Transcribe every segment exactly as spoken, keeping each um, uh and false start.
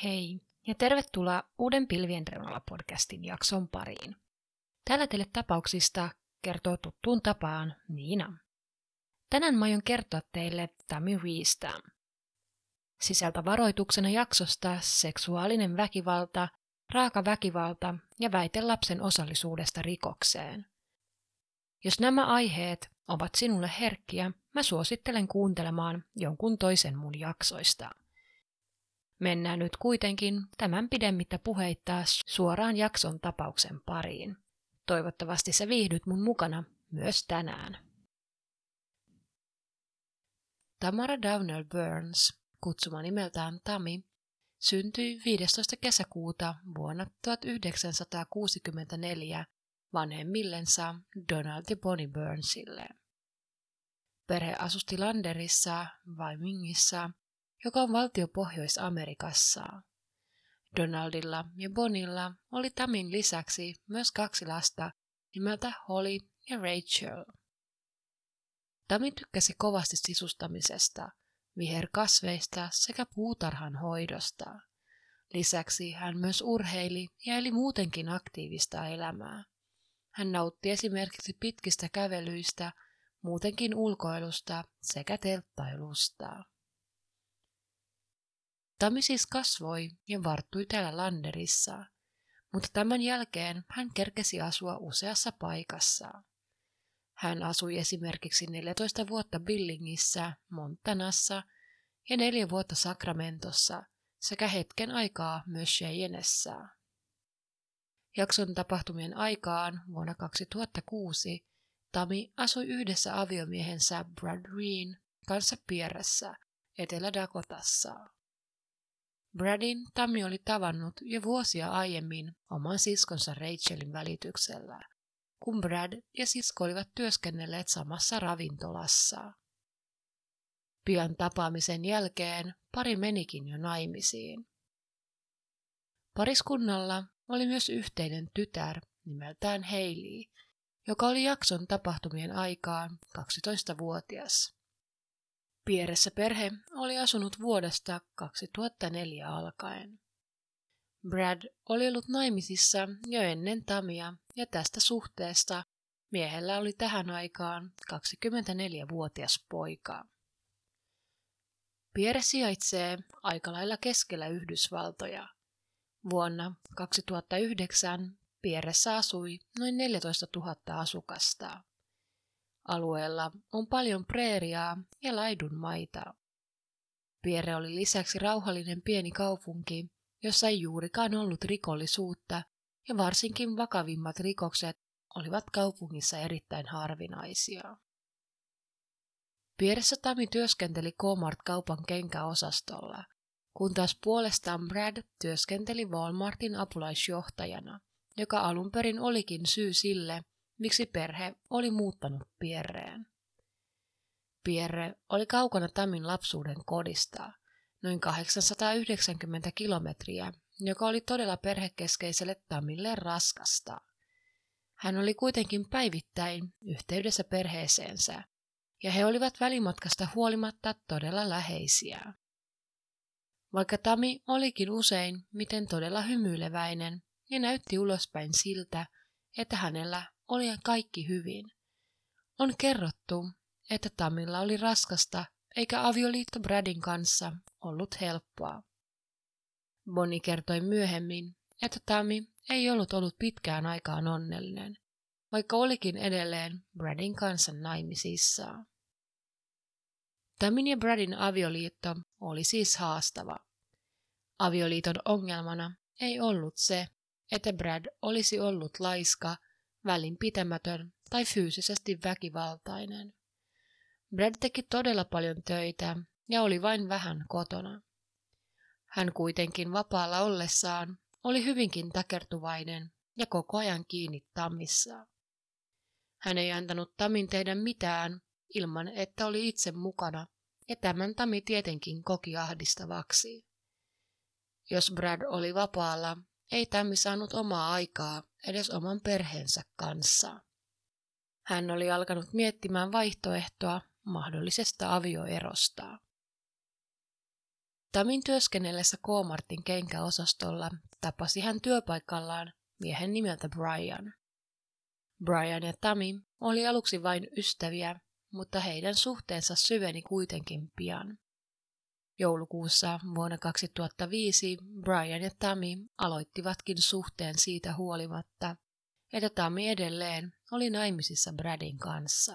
Hei ja tervetuloa uuden Pilvien reunalla podcastin jakson pariin. Täällä teille tapauksista kertoo tuttuun tapaan Niina. Tänään mä aion kertoa teille Tammy Reestä. Sisältä varoituksena jaksosta seksuaalinen väkivalta, raaka väkivalta ja väite lapsen osallisuudesta rikokseen. Jos nämä aiheet ovat sinulle herkkiä, mä suosittelen kuuntelemaan jonkun toisen mun jaksoista. Mennään nyt kuitenkin tämän pidemmittä puheittaa suoraan jakson tapauksen pariin. Toivottavasti sä viihdyt mun mukana myös tänään. Tamara Downell Burns, kutsuma nimeltään Tammy, syntyi viidestoista kesäkuuta vuonna tuhatyhdeksänsataakuusikymmentäneljä vanhemmillensa Donald ja Bonnie Burnsille. Perhe asusti Landerissa, Wyomingissa, joka on valtio Pohjois-Amerikassa. Donaldilla ja Bonilla oli Tammyn lisäksi myös kaksi lasta nimeltä Holly ja Rachel. Tammy tykkäsi kovasti sisustamisesta, viherkasveista sekä puutarhan hoidosta. Lisäksi hän myös urheili ja eli muutenkin aktiivista elämää. Hän nautti esimerkiksi pitkistä kävelyistä, muutenkin ulkoilusta sekä telttailusta. Tammy siis kasvoi ja varttui täällä Landerissa, mutta tämän jälkeen hän kerkesi asua useassa paikassa. Hän asui esimerkiksi neljätoista vuotta Billingissä, Montanassa ja neljä vuotta Sacramentossa sekä hetken aikaa myös Cheyenneessä. Jakson tapahtumien aikaan vuonna kaksituhattakuusi Tammy asui yhdessä aviomiehensä Brad Reen kanssa Pierressä, Etelä-Dakotassa. Bradin Tammy oli tavannut jo vuosia aiemmin oman siskonsa Rachelin välityksellä, kun Brad ja sisko olivat työskennelleet samassa ravintolassa. Pian tapaamisen jälkeen pari menikin jo naimisiin. Pariskunnalla oli myös yhteinen tytär nimeltään Hailey, joka oli jakson tapahtumien aikaan kaksitoistavuotias. Pierressä perhe oli asunut vuodesta kaksituhattaneljä alkaen. Brad oli ollut naimisissa jo ennen Tammya ja tästä suhteesta miehellä oli tähän aikaan kaksikymmentäneljävuotias poika. Pierre sijaitsee aika lailla keskellä Yhdysvaltoja. Vuonna kaksituhattayhdeksän Pierressä asui noin neljätoistatuhatta asukasta. Alueella on paljon preeriaa ja laidunmaita. Pierre oli lisäksi rauhallinen pieni kaupunki, jossa ei juurikaan ollut rikollisuutta ja varsinkin vakavimmat rikokset olivat kaupungissa erittäin harvinaisia. Pierressä Tammy työskenteli Kmart-kaupan kenkäosastolla, kun taas puolestaan Brad työskenteli Walmartin apulaisjohtajana, joka alun perin olikin syy sille, miksi perhe oli muuttanut Pierreen. Pierre oli kaukana Tammyn lapsuuden kodista, noin kahdeksansataayhdeksänkymmentä kilometriä, joka oli todella perhekeskeiselle Tammylle raskasta. Hän oli kuitenkin päivittäin yhteydessä perheeseensä, ja he olivat välimatkasta huolimatta todella läheisiä. Vaikka Tammy olikin usein miten todella hymyileväinen ja näytti ulospäin siltä, että hänellä oli kaikki hyvin, on kerrottu, että Tammylla oli raskasta eikä avioliitto Bradin kanssa ollut helppoa. Bonnie kertoi myöhemmin, että Tammy ei ollut ollut pitkään aikaan onnellinen, vaikka olikin edelleen Bradin kanssa naimisissa. Tammyn ja Bradin avioliitto oli siis haastava. Avioliiton ongelmana ei ollut se, että Brad olisi ollut laiska, välinpitämätön tai fyysisesti väkivaltainen. Brad teki todella paljon töitä ja oli vain vähän kotona. Hän kuitenkin vapaalla ollessaan oli hyvinkin takertuvainen ja koko ajan kiinni Tammissa. Hän ei antanut Tammyn tehdä mitään ilman, että oli itse mukana, ja tämän Tammy tietenkin koki ahdistavaksi. Jos Brad oli vapaalla, ei Tammy saanut omaa aikaa edes oman perheensä kanssa. Hän oli alkanut miettimään vaihtoehtoa mahdollisesta avioerosta. Tamin työskennellessä K-Martin kenkäosastolla tapasi hän työpaikallaan miehen nimeltä Brian. Brian ja Tammy oli aluksi vain ystäviä, mutta heidän suhteensa syveni kuitenkin pian. Joulukuussa vuonna kaksituhattaviisi Brian ja Tammy aloittivatkin suhteen siitä huolimatta, että Tammy edelleen oli naimisissa Bradin kanssa.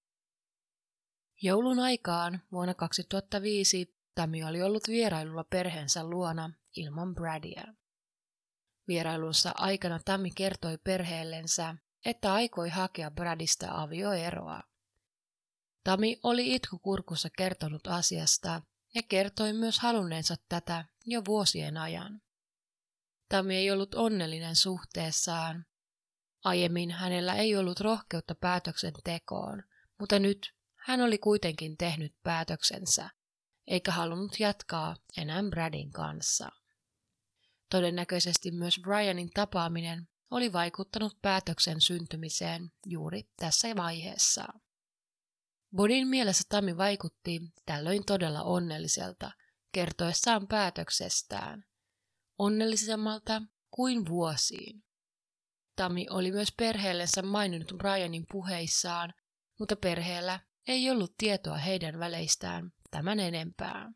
Joulun aikaan vuonna kaksituhattaviisi Tammy oli ollut vierailulla perheensä luona ilman Bradia. Vierailunsa aikana Tammy kertoi perheellensä, että aikoi hakea Bradista avioeroa. Tammy oli itkukurkussa kertonut asiasta ja kertoi myös halunneensa tätä jo vuosien ajan. Tammy ei ollut onnellinen suhteessaan. Aiemmin hänellä ei ollut rohkeutta päätöksentekoon, mutta nyt hän oli kuitenkin tehnyt päätöksensä, eikä halunnut jatkaa enää Bradin kanssa. Todennäköisesti myös Brianin tapaaminen oli vaikuttanut päätöksen syntymiseen juuri tässä vaiheessa. Bodin mielessä Tammy vaikutti tällöin todella onnelliselta kertoessaan päätöksestään, onnellisemmalta kuin vuosiin. Tammy oli myös perheellensä maininnut Brianin puheissaan, mutta perheellä ei ollut tietoa heidän väleistään tämän enempää.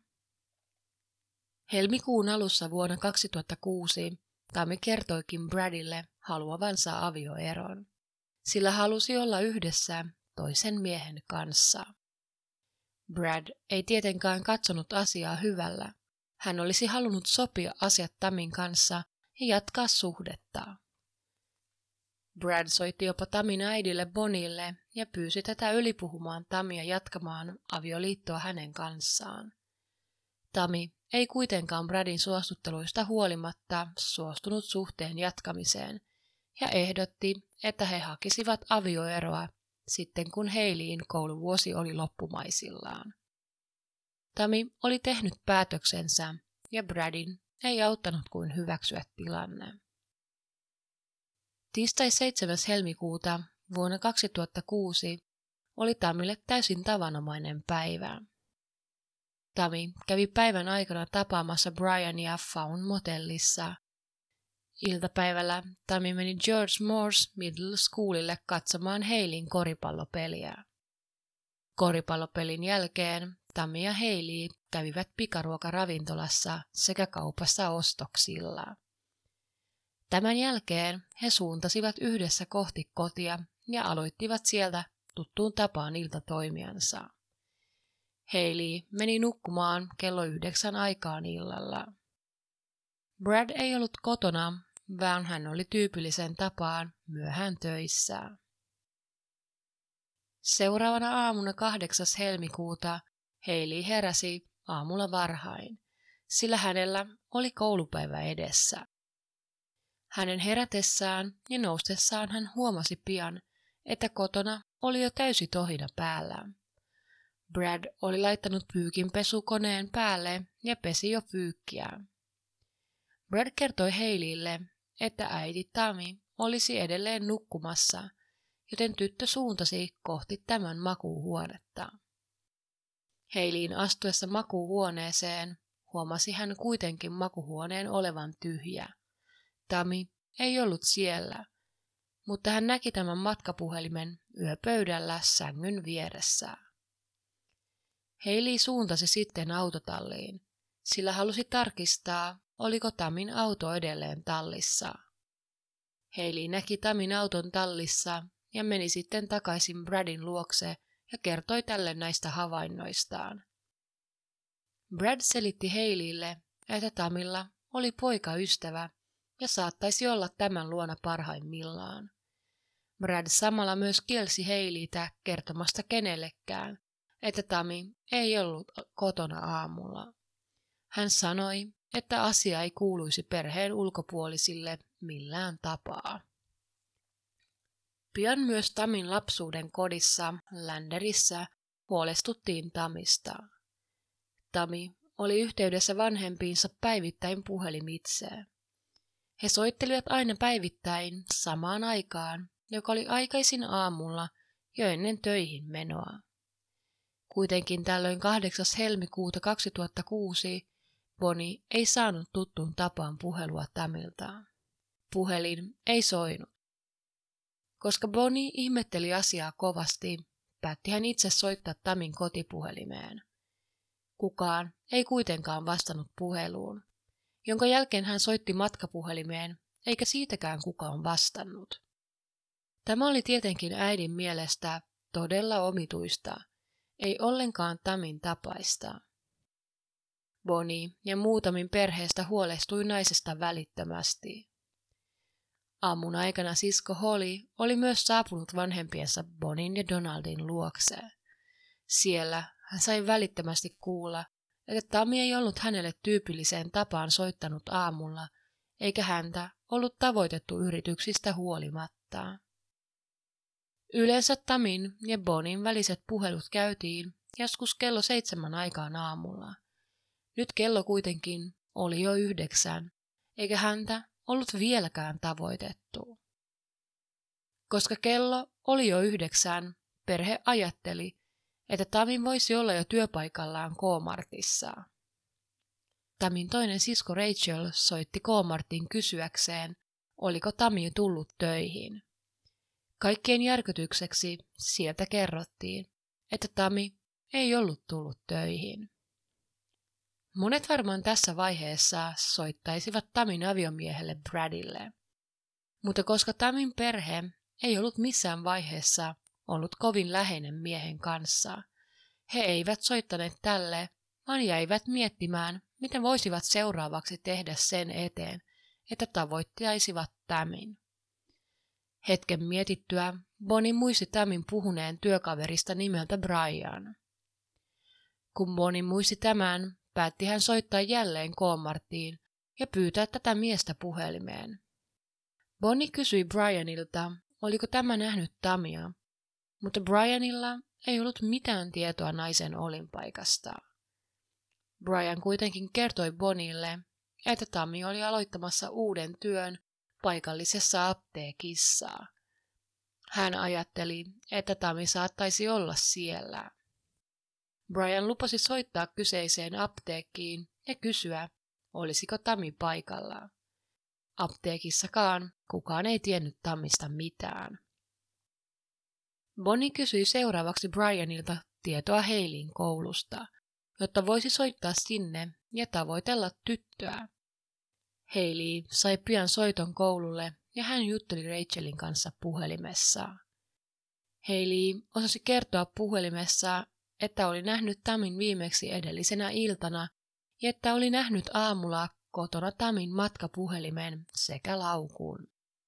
Helmikuun alussa vuonna kaksituhattakuusi Tammy kertoikin Bradille haluavansa avioeron, sillä halusi olla yhdessä toisen miehen kanssa. Brad ei tietenkään katsonut asiaa hyvällä. Hän olisi halunnut sopia asiat Tammyn kanssa ja jatkaa suhdetta. Brad soitti jopa Tammyn äidille Bonille ja pyysi tätä ylipuhumaan Tammya jatkamaan avioliittoa hänen kanssaan. Tammy ei kuitenkaan Bradin suostutteluista huolimatta suostunut suhteen jatkamiseen ja ehdotti, että he hakisivat avioeroa sitten kun Haleyin kouluvuosi oli loppumaisillaan. Tammy oli tehnyt päätöksensä ja Bradin ei auttanut kuin hyväksyä tilanne. Tiistai seitsemäs helmikuuta vuonna kaksituhattakuusi oli Tammylle täysin tavanomainen päivä. Tammy kävi päivän aikana tapaamassa Briania Fawn motellissa. Iltapäivällä Tammy meni George Moore's Middle Schoolille katsomaan Haleyin koripallopeliä. Koripallopelin jälkeen Tammy ja Haley kävivät pikaruokaravintolassa sekä kaupassa ostoksilla. Tämän jälkeen he suuntasivat yhdessä kohti kotia ja aloittivat sieltä tuttuun tapaan iltatoimiansa. Haley meni nukkumaan kello yhdeksän aikaan illalla. Brad ei ollut kotona, vaan hän oli tyypillisen tapaan myöhään töissä. Seuraavana aamuna kahdeksas helmikuuta Haley heräsi aamulla varhain, sillä hänellä oli koulupäivä edessä. Hänen herätessään ja noustessaan hän huomasi pian, että kotona oli jo täysi tohina päällä. Brad oli laittanut pyykinpesukoneen päälle ja pesi jo pyykkiä. Brad kertoi Haleylle, että äiti Tammy olisi edelleen nukkumassa, joten tyttö suuntasi kohti tämän makuuhuonetta. Haleyin astuessa makuuhuoneeseen huomasi hän kuitenkin makuuhuoneen olevan tyhjä. Tammy ei ollut siellä, mutta hän näki tämän matkapuhelimen yöpöydällä sängyn vieressä. Haley suuntasi sitten autotalliin, sillä halusi tarkistaa, oliko Tammyn auto edelleen tallissa. Haley näki Tammyn auton tallissa ja meni sitten takaisin Bradin luokse ja kertoi tälle näistä havainnoistaan. Brad selitti Haleylle, että Tammylla oli poikaystävä ja saattaisi olla tämän luona parhaimmillaan. Brad samalla myös kielsi Haleytä kertomasta kenellekään, että Tammy ei ollut kotona aamulla. Hän sanoi, että asia ei kuuluisi perheen ulkopuolisille millään tapaa. Pian myös Tammyn lapsuuden kodissa Landerissä huolestuttiin Tammysta. Tammy oli yhteydessä vanhempiinsa päivittäin puhelimitse. He soittelivat aina päivittäin samaan aikaan, joka oli aikaisin aamulla jo ennen töihin menoa. Kuitenkin tällöin kahdeksas helmikuuta kaksituhattakuusi Bonnie ei saanut tuttuun tapaan puhelua Tamilta. Puhelin ei soinut. Koska Bonnie ihmetteli asiaa kovasti, päätti hän itse soittaa Tamin kotipuhelimeen. Kukaan ei kuitenkaan vastannut puheluun, jonka jälkeen hän soitti matkapuhelimeen, eikä siitäkään kukaan vastannut. Tämä oli tietenkin äidin mielestä todella omituista, ei ollenkaan Tamin tapaista. Bonnie ja muutamin perheestä huolestui naisesta välittömästi. Aamun aikana sisko Holly oli myös saapunut vanhempiensa Bonnin ja Donaldin luokse. Siellä hän sai välittömästi kuulla, että Tammy ei ollut hänelle tyypilliseen tapaan soittanut aamulla, eikä häntä ollut tavoitettu yrityksistä huolimatta. Yleensä Tamin ja Bonnin väliset puhelut käytiin joskus kello seitsemän aikaan aamulla. Nyt kello kuitenkin oli jo yhdeksän, eikä häntä ollut vieläkään tavoitettu. Koska kello oli jo yhdeksän, perhe ajatteli, että Tammy voisi olla jo työpaikallaan K-Martissa. Tamin toinen sisko Rachel soitti K-Martin kysyäkseen, oliko Tammy tullut töihin. Kaikkien järkytykseksi sieltä kerrottiin, että Tammy ei ollut tullut töihin. Monet varmaan tässä vaiheessa soittaisivat Tamin aviomiehelle Bradille, mutta koska Tamin perhe ei ollut missään vaiheessa ollut kovin läheinen miehen kanssa, he eivät soittaneet tälle, vaan jäivät miettimään, miten voisivat seuraavaksi tehdä sen eteen, että tavoittaisivat Tamin. Hetken mietittyä Bonnie muisti Tamin puhuneen työkaverista nimeltä Brian. Kun Bonnie muisti tämän, päätti hän soittaa jälleen K-Marttiin ja pyytää tätä miestä puhelimeen. Bonnie kysyi Brianilta, oliko tämä nähnyt Tamia, mutta Brianilla ei ollut mitään tietoa naisen olinpaikasta. Brian kuitenkin kertoi Bonnielle, että Tammy oli aloittamassa uuden työn paikallisessa apteekissa. Hän ajatteli, että Tammy saattaisi olla siellä. Brian lupasi soittaa kyseiseen apteekkiin ja kysyä, olisiko Tammy paikalla. Apteekissakaan kukaan ei tiennyt Tammista mitään. Bonnie kysyi seuraavaksi Brianilta tietoa Haleyn koulusta, jotta voisi soittaa sinne ja tavoitella tyttöä. Haley sai pian soiton koululle ja hän jutteli Rachelin kanssa puhelimessa. Haley osasi kertoa puhelimessa, että oli nähnyt Tamin viimeksi edellisenä iltana ja että oli nähnyt aamulla kotona Tamin matkapuhelimen sekä laukun.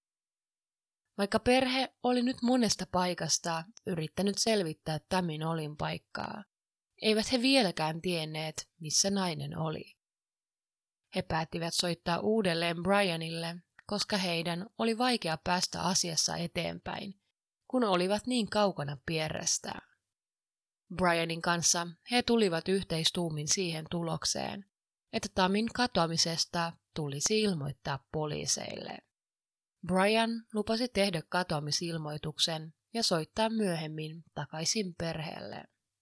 Vaikka perhe oli nyt monesta paikasta yrittänyt selvittää Tamin olinpaikkaa, eivät he vieläkään tienneet, missä nainen oli. He päättivät soittaa uudelleen Brianille, koska heidän oli vaikea päästä asiassa eteenpäin, kun olivat niin kaukana Pierrestä. Brianin kanssa he tulivat yhteistuumin siihen tulokseen, että Tamin katoamisesta tulisi ilmoittaa poliiseille. Brian lupasi tehdä katoamisilmoituksen ja soittaa myöhemmin takaisin perheelle.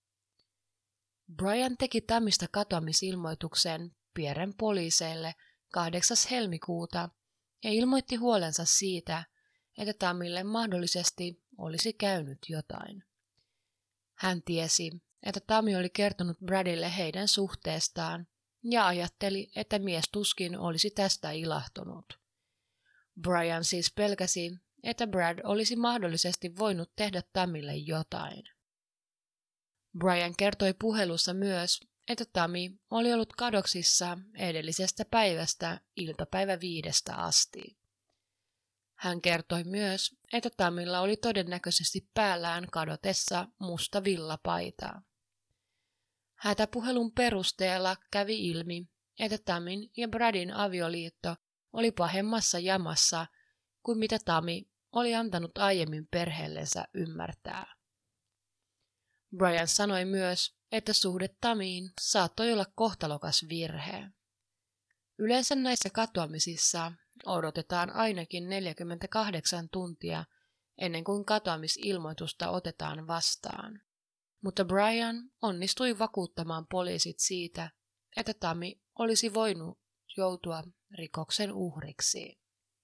Brian teki Tamista katoamisilmoituksen Pierren poliiseille kahdeksas helmikuuta ja ilmoitti huolensa siitä, että Tamille mahdollisesti olisi käynyt jotain. Hän tiesi, että Tammy oli kertonut Bradille heidän suhteestaan ja ajatteli, että mies tuskin olisi tästä ilahtunut. Brian siis pelkäsi, että Brad olisi mahdollisesti voinut tehdä Tammille jotain. Brian kertoi puhelussa myös, että Tammy oli ollut kadoksissa edellisestä päivästä iltapäivä viidestä asti. Hän kertoi myös, että Tammilla oli todennäköisesti päällään kadotessa musta villapaita. Hätäpuhelun perusteella kävi ilmi, että Tammyn ja Bradin avioliitto oli pahemmassa jamassa kuin mitä Tammy oli antanut aiemmin perheellensä ymmärtää. Brian sanoi myös, että suhde Tammyin saattoi olla kohtalokas virhe. Yleensä näissä katoamisissa odotetaan ainakin neljäkymmentäkahdeksan tuntia ennen kuin katoamisilmoitusta otetaan vastaan, mutta Brian onnistui vakuuttamaan poliisit siitä, että Tammy olisi voinut joutua rikoksen uhriksi.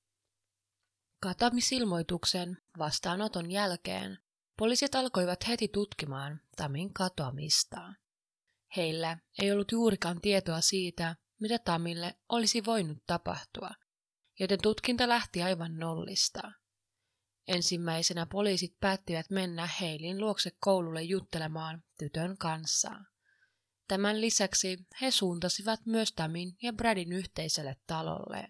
Katoamisilmoituksen vastaanoton jälkeen poliisit alkoivat heti tutkimaan Tamin katoamista. Heillä ei ollut juurikaan tietoa siitä, mitä Tamille olisi voinut tapahtua, joten tutkinta lähti aivan nollista. Ensimmäisenä poliisit päättivät mennä Haylin luokse koululle juttelemaan tytön kanssa. Tämän lisäksi he suuntasivat myös Tamin ja Bradin yhteiselle talolle.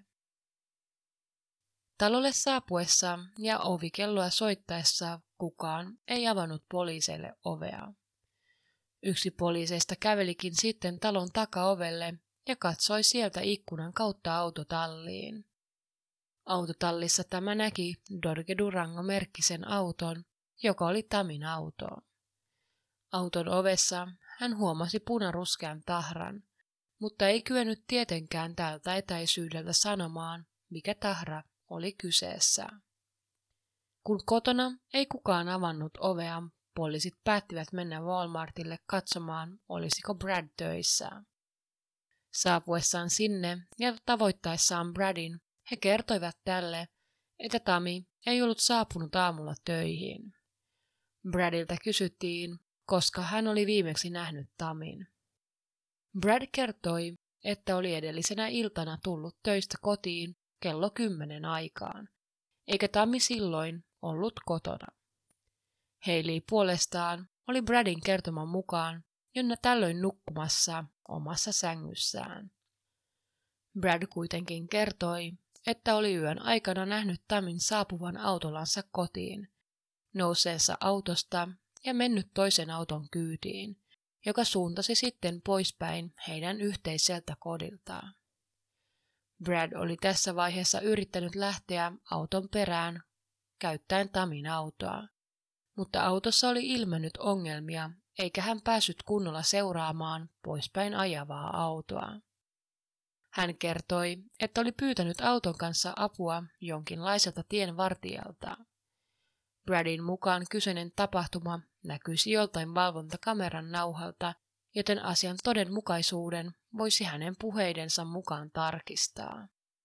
Talolle saapuessa ja ovikelloa soittaessa kukaan ei avannut poliiseille ovea. Yksi poliiseista kävelikin sitten talon takaovelle ja katsoi sieltä ikkunan kautta autotalliin. Autotallissa tämä näki Dorge Durango-merkkisen auton, joka oli Tamin auto. Auton ovessa hän huomasi punaruskean tahran, mutta ei kyennyt tietenkään tältä etäisyydeltä sanomaan, mikä tahra oli kyseessä. Kun kotona ei kukaan avannut ovea, poliisit päättivät mennä Walmartille katsomaan, olisiko Brad töissä. Saapuessaan sinne ja tavoittaessaan Bradin, he kertoivat tälle, että Tami ei ollut saapunut aamulla töihin. Bradilta kysyttiin, koska hän oli viimeksi nähnyt Tamin. Brad kertoi, että oli edellisenä iltana tullut töistä kotiin kello kymmenen aikaan, eikä Tami silloin ollut kotona. Hayley puolestaan oli Bradin kertoman mukaan Jonna tällöin nukkumassa omassa sängyssään. Brad kuitenkin kertoi, että oli yön aikana nähnyt Tamin saapuvan autollansa kotiin, nouseensa autosta ja mennyt toisen auton kyytiin, joka suuntasi sitten poispäin heidän yhteiseltä kodiltaan. Brad oli tässä vaiheessa yrittänyt lähteä auton perään käyttäen Tamin autoa, mutta autossa oli ilmennyt ongelmia eikä hän päässyt kunnolla seuraamaan poispäin ajavaa autoa. Hän kertoi, että oli pyytänyt auton kanssa apua jonkinlaiselta tienvartijalta. Bradin mukaan kyseinen tapahtuma näkyisi joltain valvontakameran nauhalta, joten asian todenmukaisuuden voisi hänen puheidensa mukaan tarkistaa.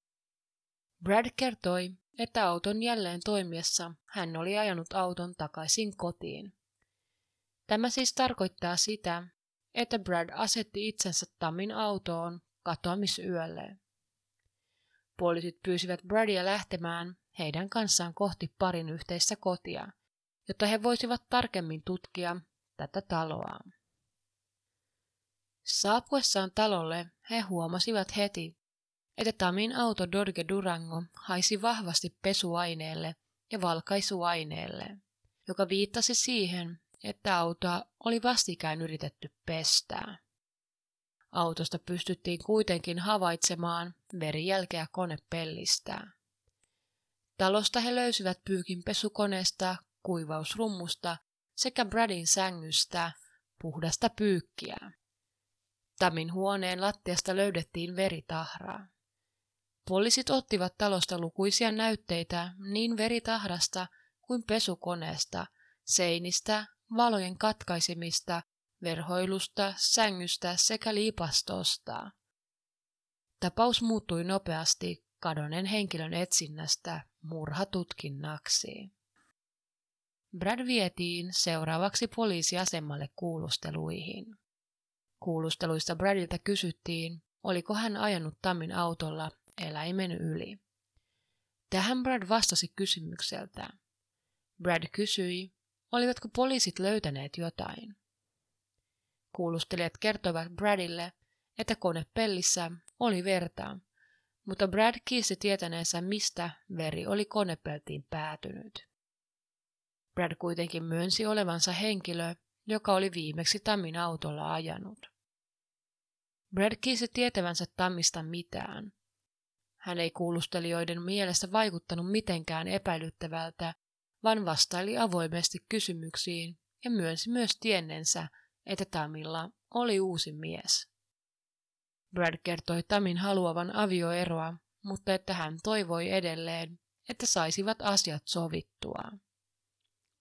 Brad kertoi, että auton jälleen toimiessa hän oli ajanut auton takaisin kotiin. Tämä siis tarkoittaa sitä, että Brad asetti itsensä Tamin autoon katoamisyölle. Poliisit pyysivät Bradia lähtemään heidän kanssaan kohti parin yhteistä kotia, jotta he voisivat tarkemmin tutkia tätä taloa. Saapuessaan talolle he huomasivat heti, että Tamin auto Dorge Durango haisi vahvasti pesuaineelle ja valkaisuaineelle, joka viittasi siihen, että autoa oli vastikään yritetty pestää. Autosta pystyttiin kuitenkin havaitsemaan verijälkeä konepellistä. Talosta he löysivät pyykinpesukoneesta, kuivausrummusta sekä Bradin sängystä puhdasta pyykkiä. Tamin huoneen lattiasta löydettiin veritahraa. Poliisit ottivat talosta lukuisia näytteitä niin veritahrasta kuin pesukoneesta, seinistä, valojen katkaisemista, verhoilusta, sängystä sekä liipastosta. Tapaus muuttui nopeasti kadonneen henkilön etsinnästä murhatutkinnaksi. Brad vietiin seuraavaksi poliisiasemalle kuulusteluihin. Kuulusteluista Bradilta kysyttiin, oliko hän ajanut Tamin autolla eläimen yli. Tähän Brad vastasi kysymykseltä. Brad kysyi, olivatko poliisit löytäneet jotain. Kuulustelijat kertoivat Bradille, että konepellissä oli verta, mutta Brad kiisti tietäneensä, mistä veri oli konepeltiin päätynyt. Brad kuitenkin myönsi olevansa henkilö, joka oli viimeksi Tamin autolla ajanut. Brad kiisti tietävänsä Tamista mitään. Hän ei kuulustelijoiden mielestä vaikuttanut mitenkään epäilyttävältä, vaan vastaili avoimesti kysymyksiin ja myönsi myös tienneensä, että Tamilla oli uusi mies. Brad kertoi Tamin haluavan avioeroa, mutta että hän toivoi edelleen, että saisivat asiat sovittua.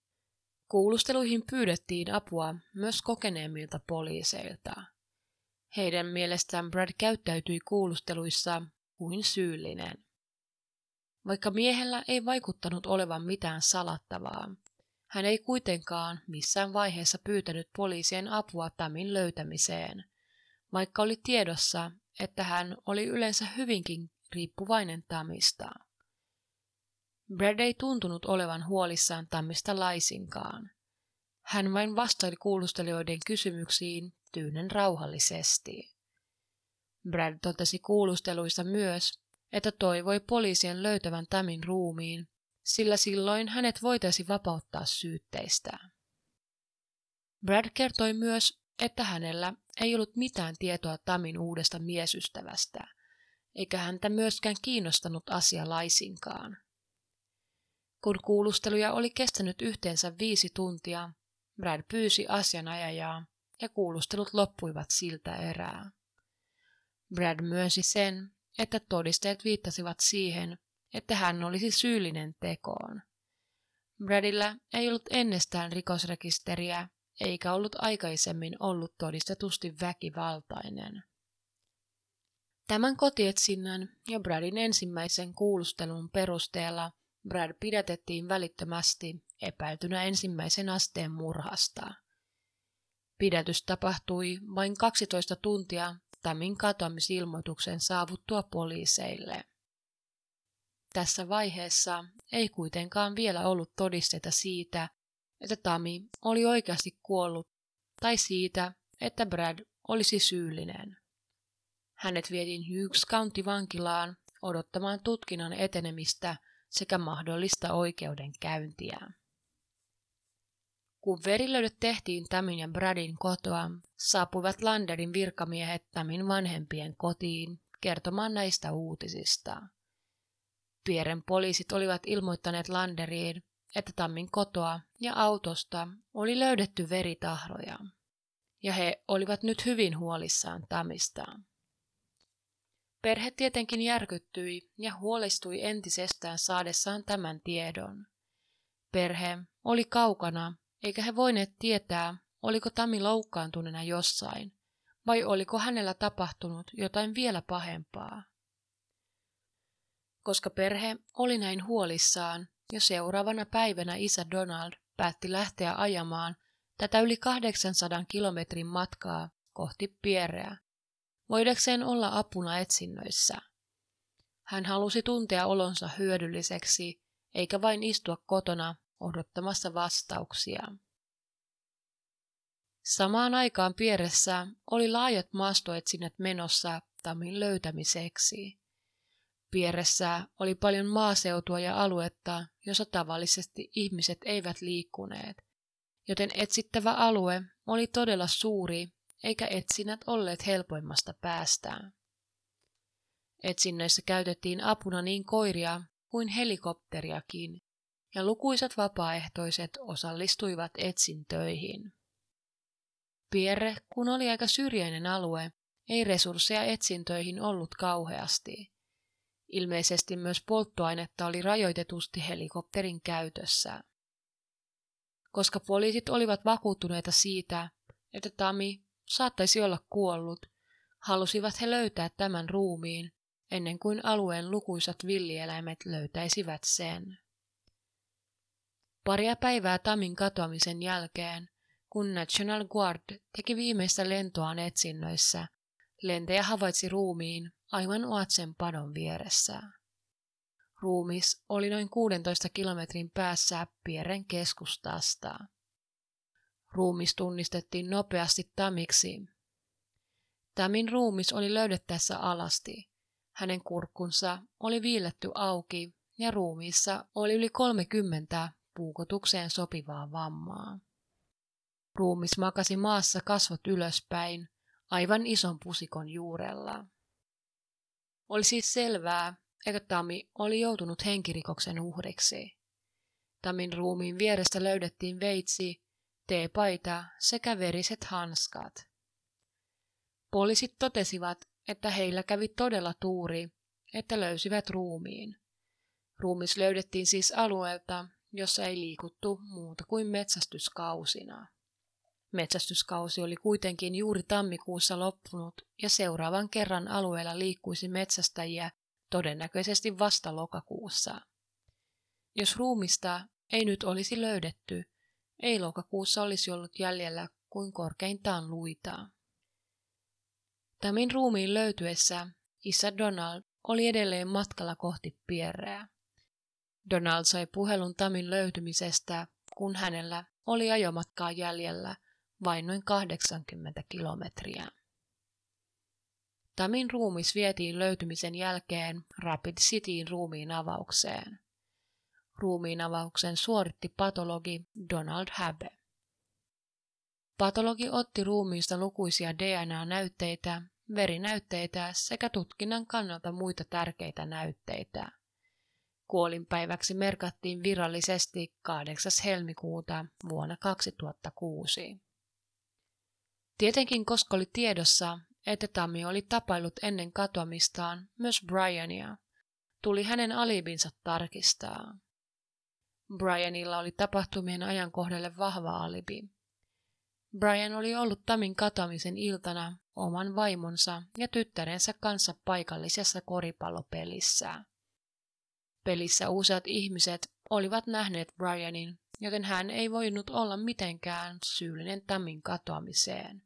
Kuulusteluihin pyydettiin apua myös kokeneemmilta poliiseilta. Heidän mielestään Brad käyttäytyi kuulusteluissa kuin syyllinen. Vaikka miehellä ei vaikuttanut olevan mitään salattavaa, hän ei kuitenkaan missään vaiheessa pyytänyt poliisien apua Tamin löytämiseen, vaikka oli tiedossa, että hän oli yleensä hyvinkin riippuvainen Tamista. Brad ei tuntunut olevan huolissaan Tamista laisinkaan. Hän vain vastaili kuulustelijoiden kysymyksiin tyynen rauhallisesti. Brad totesi kuulusteluissa myös, että toivoi poliisien löytävän Tamin ruumiin, sillä silloin hänet voitaisiin vapauttaa syytteistä. Brad kertoi myös, että hänellä ei ollut mitään tietoa Tamin uudesta miesystävästä, eikä häntä myöskään kiinnostanut asia laisinkaan. Kun kuulusteluja oli kestänyt yhteensä viisi tuntia, Brad pyysi asianajajaa ja kuulustelut loppuivat siltä erää. Brad myönsi sen, että todisteet viittasivat siihen, että hän olisi syyllinen tekoon. Bradilla ei ollut ennestään rikosrekisteriä, eikä ollut aikaisemmin ollut todistetusti väkivaltainen. Tämän kotietsinnän ja Bradin ensimmäisen kuulustelun perusteella Brad pidätettiin välittömästi epäiltynä ensimmäisen asteen murhasta. Pidätys tapahtui vain kaksitoista tuntia Tamin katoamisilmoituksen saavuttua poliiseille. Tässä vaiheessa ei kuitenkaan vielä ollut todisteita siitä, että Tami oli oikeasti kuollut, tai siitä, että Brad olisi syyllinen. Hänet vietiin Hughes County-vankilaan odottamaan tutkinnan etenemistä sekä mahdollista oikeudenkäyntiä. Kun verilöydöt tehtiin Tamin ja Bradin kotoa, saapuivat Landerin virkamiehet Tamin vanhempien kotiin kertomaan näistä uutisista. Pieren poliisit olivat ilmoittaneet Landeriin, että Tamin kotoa ja autosta oli löydetty veritahroja, ja he olivat nyt hyvin huolissaan Tamista. Perhe tietenkin järkyttyi ja huolestui entisestään saadessaan tämän tiedon. Perhe oli kaukana, eikä he voineet tietää, oliko Tami loukkaantuneena jossain, vai oliko hänellä tapahtunut jotain vielä pahempaa. Koska perhe oli näin huolissaan, jo seuraavana päivänä isä Donald päätti lähteä ajamaan tätä yli kahdeksansadan kilometrin matkaa kohti Pierreä, voidakseen olla apuna etsinnöissä. Hän halusi tuntea olonsa hyödylliseksi, eikä vain istua kotona odottamassa vastauksia. Samaan aikaan Pierressä oli laajat maastoetsinnät menossa Tamin löytämiseksi. Pierressä oli paljon maaseutua ja aluetta, jossa tavallisesti ihmiset eivät liikkuneet, joten etsittävä alue oli todella suuri, eikä etsinnät olleet helpoimmasta päästään. Etsinnöissä käytettiin apuna niin koiria kuin helikopteriakin, ja lukuisat vapaaehtoiset osallistuivat etsintöihin. Pierre, kun oli aika syrjäinen alue, ei resursseja etsintöihin ollut kauheasti. Ilmeisesti myös polttoainetta oli rajoitetusti helikopterin käytössä. Koska poliisit olivat vakuuttuneita siitä, että Tami saattaisi olla kuollut, halusivat he löytää tämän ruumiin ennen kuin alueen lukuisat villieläimet löytäisivät sen. Paria päivää Tamin katoamisen jälkeen, kun National Guard teki viimeistä lentoaan etsinnöissä, lentäjä havaitsi ruumiin aivan Oatsen padon vieressä. Ruumis oli noin kuudentoista kilometrin päässä Pierren keskustasta. Ruumis tunnistettiin nopeasti Tamiksi. Tamin ruumis oli löydettäessä alasti. Hänen kurkkunsa oli viilletty auki ja ruumiissa oli yli kolmekymmentä puukotukseen sopivaa vammaa. Ruumis makasi maassa kasvot ylöspäin, aivan ison pusikon juurella. Oli siis selvää, että Tami oli joutunut henkirikoksen uhriksi. Tamin ruumiin vierestä löydettiin veitsi, teepaita sekä veriset hanskat. Poliisit totesivat, että heillä kävi todella tuuri, että löysivät ruumiin. Ruumis löydettiin siis alueelta, jossa ei liikuttu muuta kuin metsästyskausina. Metsästyskausi oli kuitenkin juuri tammikuussa loppunut ja seuraavan kerran alueella liikkuisi metsästäjiä todennäköisesti vasta lokakuussa. Jos ruumista ei nyt olisi löydetty, ei lokakuussa olisi ollut jäljellä kuin korkeintaan luitaa. Tamin ruumiin löytyessä isä Donald oli edelleen matkalla kohti Pierreä. Donald sai puhelun Tamin löytymisestä, kun hänellä oli ajomatkaa jäljellä vain noin kahdeksankymmentä kilometriä. Tamin ruumis vietiin löytymisen jälkeen Rapid Cityin ruumiin avaukseen. Ruumiin avauksen suoritti patologi Donald Habe. Patologi otti ruumiista lukuisia D N A-näytteitä, verinäytteitä sekä tutkinnan kannalta muita tärkeitä näytteitä. Kuolinpäiväksi merkattiin virallisesti kahdeksas helmikuuta vuonna kaksituhattakuusi. Tietenkin koska oli tiedossa, että Tammy oli tapaillut ennen katoamistaan myös Briania, tuli hänen alibinsa tarkistaa. Brianilla oli tapahtumien ajankohdalle vahva alibi. Brian oli ollut Tamin katoamisen iltana oman vaimonsa ja tyttärensä kanssa paikallisessa koripallopelissä. Pelissä useat ihmiset olivat nähneet Brianin, joten hän ei voinut olla mitenkään syyllinen Tamin katoamiseen.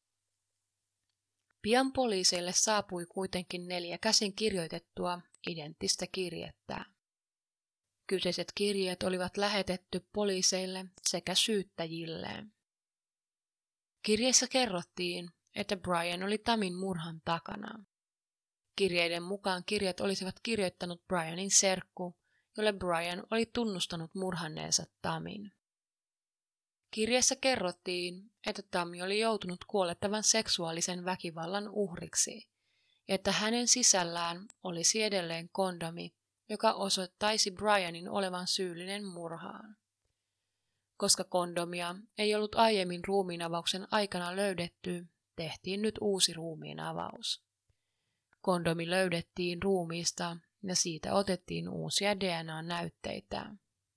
Pian poliiseille saapui kuitenkin neljä käsin kirjoitettua identtistä kirjettä. Kyseiset kirjeet olivat lähetetty poliiseille sekä syyttäjille. Kirjeissä kerrottiin, että Brian oli Tamin murhan takana. Kirjeiden mukaan kirjat olisivat kirjoittanut Brianin serkku, jolle Brian oli tunnustanut murhanneensa Tamin. Kirjeessä kerrottiin, että Tammy oli joutunut kuolettavan seksuaalisen väkivallan uhriksi, ja että hänen sisällään olisi edelleen kondomi, joka osoittaisi Brianin olevan syyllinen murhaan. Koska kondomia ei ollut aiemmin ruumiinavauksen aikana löydetty, tehtiin nyt uusi ruumiinavaus. Kondomi löydettiin ruumiista ja siitä otettiin uusia D N A-näytteitä.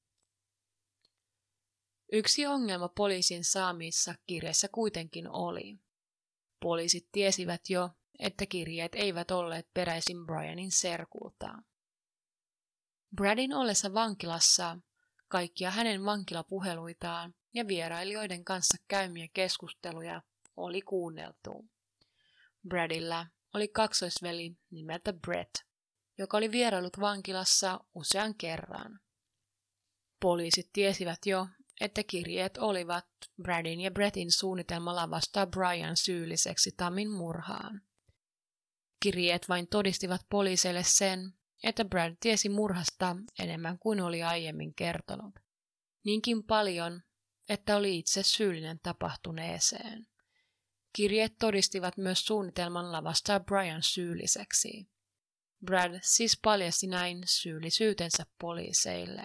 Yksi ongelma poliisin saamissa kirjeissä kuitenkin oli. Poliisit tiesivät jo, että kirjeet eivät olleet peräisin Brianin serkulta. Bradin ollessa vankilassa kaikkia hänen vankilapuheluitaan ja vierailijoiden kanssa käymiä keskusteluja oli kuunneltu. Bradilla oli kaksoisveli nimeltä Brett, joka oli vieraillut vankilassa usean kerran. Poliisit tiesivät jo, että kirjeet olivat Bradin ja Brettin suunnitelma lavastaa Brian syylliseksi Tamin murhaan. Kirjeet vain todistivat poliiseille sen, että Brad tiesi murhasta enemmän kuin oli aiemmin kertonut. Niinkin paljon, että oli itse syyllinen tapahtuneeseen. Kirjeet todistivat myös suunnitelman lavastaa Brian syylliseksi. Brad siis paljasti näin syyllisyytensä poliiseille.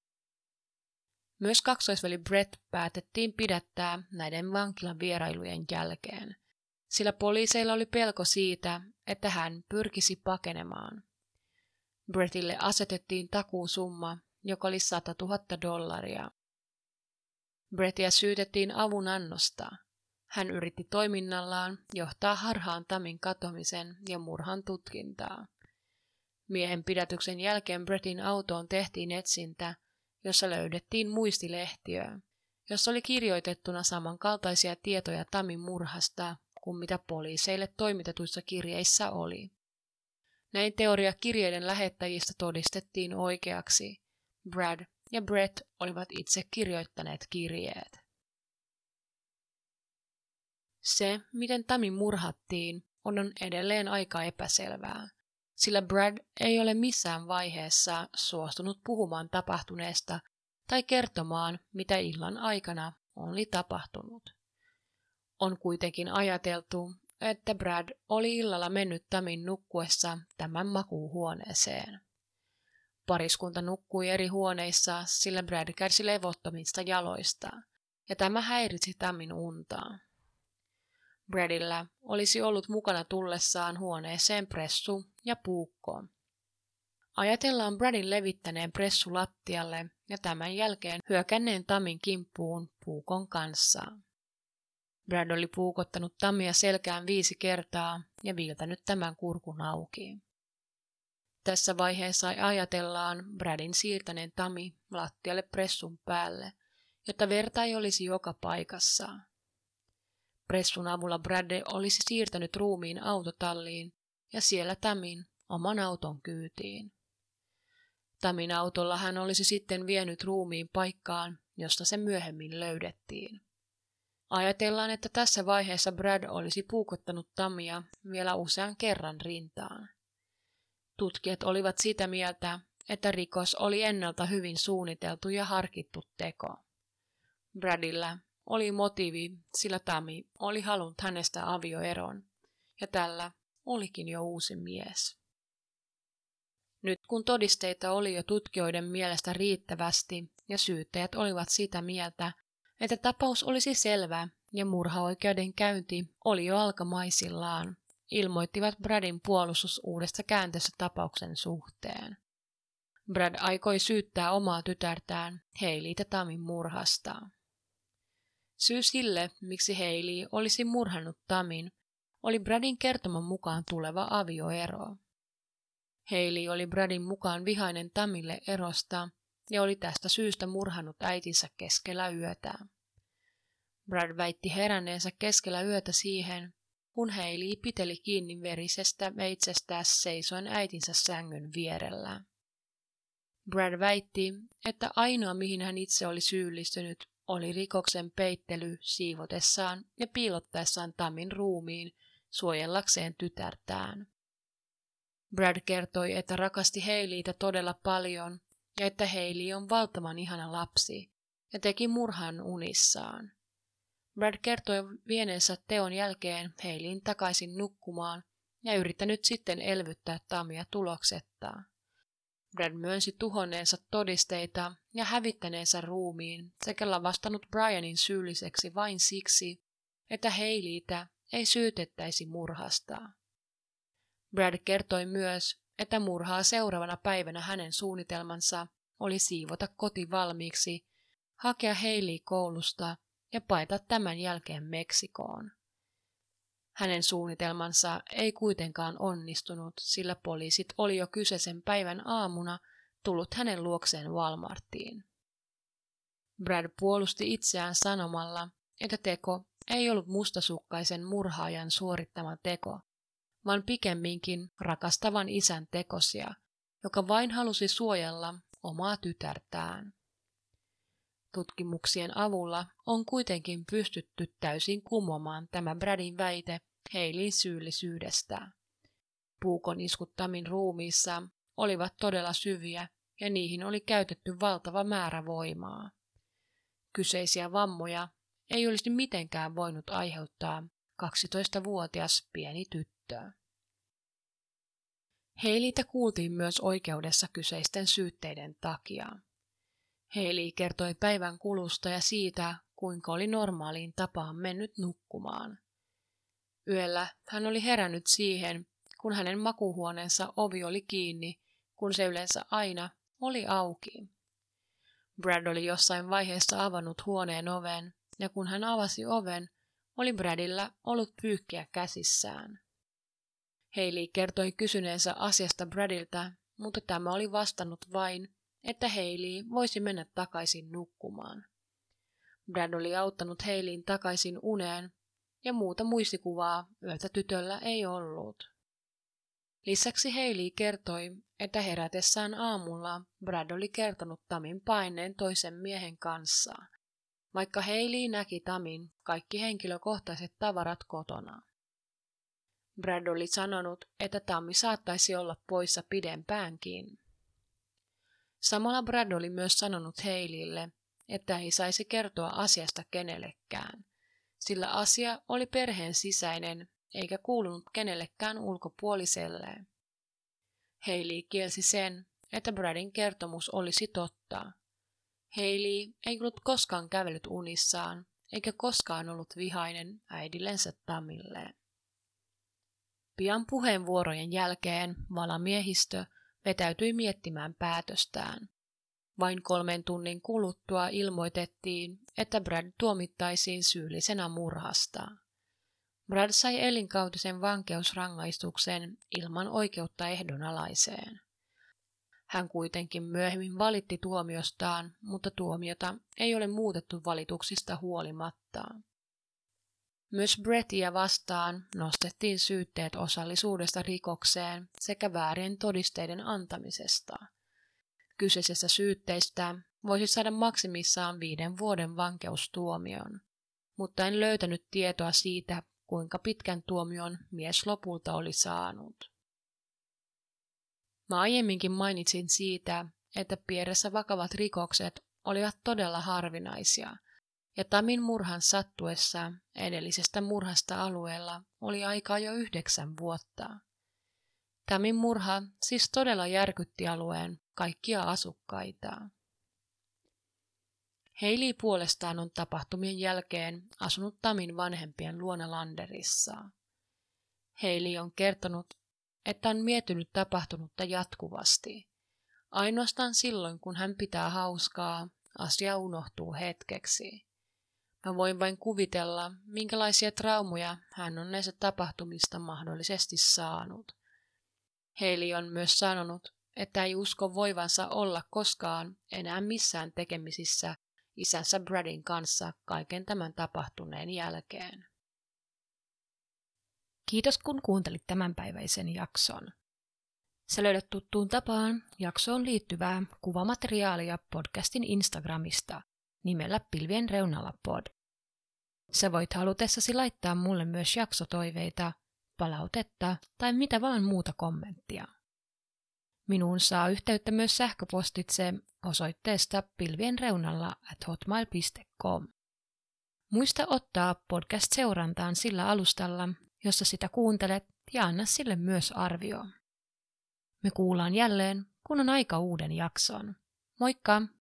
Myös kaksoisveli Brett päätettiin pidättää näiden vankilan vierailujen jälkeen, sillä poliiseilla oli pelko siitä, että hän pyrkisi pakenemaan. Brettille asetettiin takuusumma, joka oli sata tuhatta dollaria. Brettiä syytettiin avunannosta. Hän yritti toiminnallaan johtaa harhaan Tamin katoamisen ja murhan tutkintaa. Miehen pidätyksen jälkeen Brettin autoon tehtiin etsintä, jossa löydettiin muistilehtiö, jossa oli kirjoitettuna samankaltaisia tietoja Tamin murhasta kuin mitä poliiseille toimitetuissa kirjeissä oli. Näin teoria kirjeiden lähettäjistä todistettiin oikeaksi. Brad ja Brett olivat itse kirjoittaneet kirjeet. Se, miten Tammy murhattiin, on edelleen aika epäselvää, sillä Brad ei ole missään vaiheessa suostunut puhumaan tapahtuneesta tai kertomaan, mitä illan aikana oli tapahtunut. On kuitenkin ajateltu, että Brad oli illalla mennyt Tamin nukkuessa tämän makuuhuoneeseen. Pariskunta nukkui eri huoneissa, sillä Brad kärsi levottomista jaloista, ja tämä häiritsi Tamin untaa. Bradilla olisi ollut mukana tullessaan huoneeseen pressu ja puukko. Ajatellaan Bradin levittäneen pressu lattialle ja tämän jälkeen hyökänneen Tamin kimppuun puukon kanssa. Brad oli puukottanut Tammia selkään viisi kertaa ja viiltänyt tämän kurkun auki. Tässä vaiheessa ajatellaan Bradin siirtäneen Tammy lattialle pressun päälle, jotta verta ei olisi joka paikassa. Pressun avulla Brad olisi siirtänyt ruumiin autotalliin ja siellä Tammyn oman auton kyytiin. Tammyn autolla hän olisi sitten vienyt ruumiin paikkaan, josta se myöhemmin löydettiin. Ajatellaan, että tässä vaiheessa Brad olisi puukottanut Tammya vielä usean kerran rintaan. Tutkijat olivat sitä mieltä, että rikos oli ennalta hyvin suunniteltu ja harkittu teko. Bradilla oli motiivi, sillä Tammy oli halunnut hänestä avioeron, ja tällä olikin jo uusi mies. Nyt kun todisteita oli jo tutkijoiden mielestä riittävästi ja syyttäjät olivat sitä mieltä, että tapaus olisi selvä ja murhaoikeuden käynti oli jo alkamaisillaan, ilmoittivat Bradin puolustus uudesta kääntöstä tapauksen suhteen. Brad aikoi syyttää omaa tytärtään Hayleytä Tammyn murhasta. Syy sille, miksi Hayley olisi murhannut Tammyn, oli Bradin kertoman mukaan tuleva avioero. Hayley oli Bradin mukaan vihainen Tammylle erosta ja oli tästä syystä murhannut äitinsä keskellä yötä. Brad väitti heränneensä keskellä yötä siihen, kun Hayley piteli kiinni verisestä veitsestään seisoen äitinsä sängyn vierellä. Brad väitti, että ainoa mihin hän itse oli syyllistynyt oli rikoksen peittely siivotessaan ja piilottaessaan Tammyn ruumiin suojellakseen tytärtään. Brad kertoi, että rakasti Hayleytä todella paljon ja että Hayley on valtavan ihana lapsi ja teki murhan unissaan. Brad kertoi vieneensä teon jälkeen Hayleyn takaisin nukkumaan ja yrittänyt sitten elvyttää Tammya tuloksetta. Brad myönsi tuhonneensa todisteita ja hävittäneensä ruumiin sekä lavastanut Brianin syylliseksi vain siksi, että Hayleytä ei syytettäisi murhasta. Brad kertoi myös, että murhaa seuraavana päivänä hänen suunnitelmansa oli siivota koti valmiiksi, hakea Hayley koulusta ja paeta tämän jälkeen Meksikoon. Hänen suunnitelmansa ei kuitenkaan onnistunut, sillä poliisit oli jo kyseisen päivän aamuna tullut hänen luokseen Walmartiin. Brad puolusti itseään sanomalla, että teko ei ollut mustasukkaisen murhaajan suorittama teko, vaan pikemminkin rakastavan isän tekosia, joka vain halusi suojella omaa tytärtään. Tutkimuksien avulla on kuitenkin pystytty täysin kumoamaan tämä Bradin väite Hayleyn syyllisyydestä. Puukon iskut Tammyn ruumiissa olivat todella syviä ja niihin oli käytetty valtava määrä voimaa. Kyseisiä vammoja ei olisi mitenkään voinut aiheuttaa kaksitoistavuotias pieni tyttö. Hayleytä kuultiin myös oikeudessa kyseisten syytteiden takia. Hayley kertoi päivän kulusta ja siitä, kuinka oli normaaliin tapaan mennyt nukkumaan. Yöllä hän oli herännyt siihen, kun hänen makuuhuoneensa ovi oli kiinni, kun se yleensä aina oli auki. Brad oli jossain vaiheessa avannut huoneen oven, ja kun hän avasi oven, oli Bradilla ollut pyykkiä käsissään. Hayley kertoi kysyneensä asiasta Bradilta, mutta tämä oli vastannut vain, että Hayley voisi mennä takaisin nukkumaan. Brad oli auttanut Hayleyn takaisin uneen, ja muuta muistikuvaa yöltä tytöllä ei ollut. Lisäksi Hayley kertoi, että herätessään aamulla Brad oli kertonut Tammyn paineen toisen miehen kanssa, vaikka Hayley näki Tammyn kaikki henkilökohtaiset tavarat kotona. Brad oli sanonut, että Tammy saattaisi olla poissa pidempäänkin. Samalla Brad oli myös sanonut Hayleylle, että ei saisi kertoa asiasta kenellekään, sillä asia oli perheen sisäinen eikä kuulunut kenellekään ulkopuoliselle. Hayley kielsi sen, että Bradin kertomus olisi totta. Hayley ei ollut koskaan kävellyt unissaan eikä koskaan ollut vihainen äidillensä Tammylle. Pian puheenvuorojen jälkeen valamiehistö vetäytyi miettimään päätöstään. Vain kolmen tunnin kuluttua ilmoitettiin, että Brad tuomittaisiin syyllisenä murhasta. Brad sai elinkautisen vankeusrangaistuksen ilman oikeutta ehdonalaiseen. Hän kuitenkin myöhemmin valitti tuomiostaan, mutta tuomiota ei ole muutettu valituksista huolimatta. Myös Brettiä vastaan nostettiin syytteet osallisuudesta rikokseen sekä väärien todisteiden antamisesta. Kyseisestä syytteistä voisi saada maksimissaan viiden vuoden vankeustuomion, mutta en löytänyt tietoa siitä, kuinka pitkän tuomion mies lopulta oli saanut. Mä aiemminkin mainitsin siitä, että Pierressä vakavat rikokset olivat todella harvinaisia, ja Tamin murhan sattuessa edellisestä murhasta alueella oli aikaa jo yhdeksän vuotta. Tamin murha siis todella järkytti alueen kaikkia asukkaita. Hailey puolestaan on tapahtumien jälkeen asunut Tamin vanhempien luona Landerissa. Hailey on kertonut, että on miettinyt tapahtunutta jatkuvasti. Ainoastaan silloin, kun hän pitää hauskaa, asia unohtuu hetkeksi. Mä voin vain kuvitella, minkälaisia traumoja hän on näistä tapahtumista mahdollisesti saanut. Hailey on myös sanonut, että ei usko voivansa olla koskaan enää missään tekemisissä isänsä Bradin kanssa kaiken tämän tapahtuneen jälkeen. Kiitos kun kuuntelit tämänpäiväisen jakson. Sä löydät tuttuun tapaan jaksoon liittyvää kuvamateriaalia podcastin Instagramista nimellä Pilvien reunalla pod. Sä voit halutessasi laittaa mulle myös jaksotoiveita, palautetta tai mitä vaan muuta kommenttia. Minuun saa yhteyttä myös sähköpostitse osoitteesta pilvienreunalla at hotmail piste com. Muista ottaa podcast seurantaan sillä alustalla, jossa sitä kuuntelet, ja anna sille myös arvio. Me kuullaan jälleen, kun on aika uuden jakson. Moikka!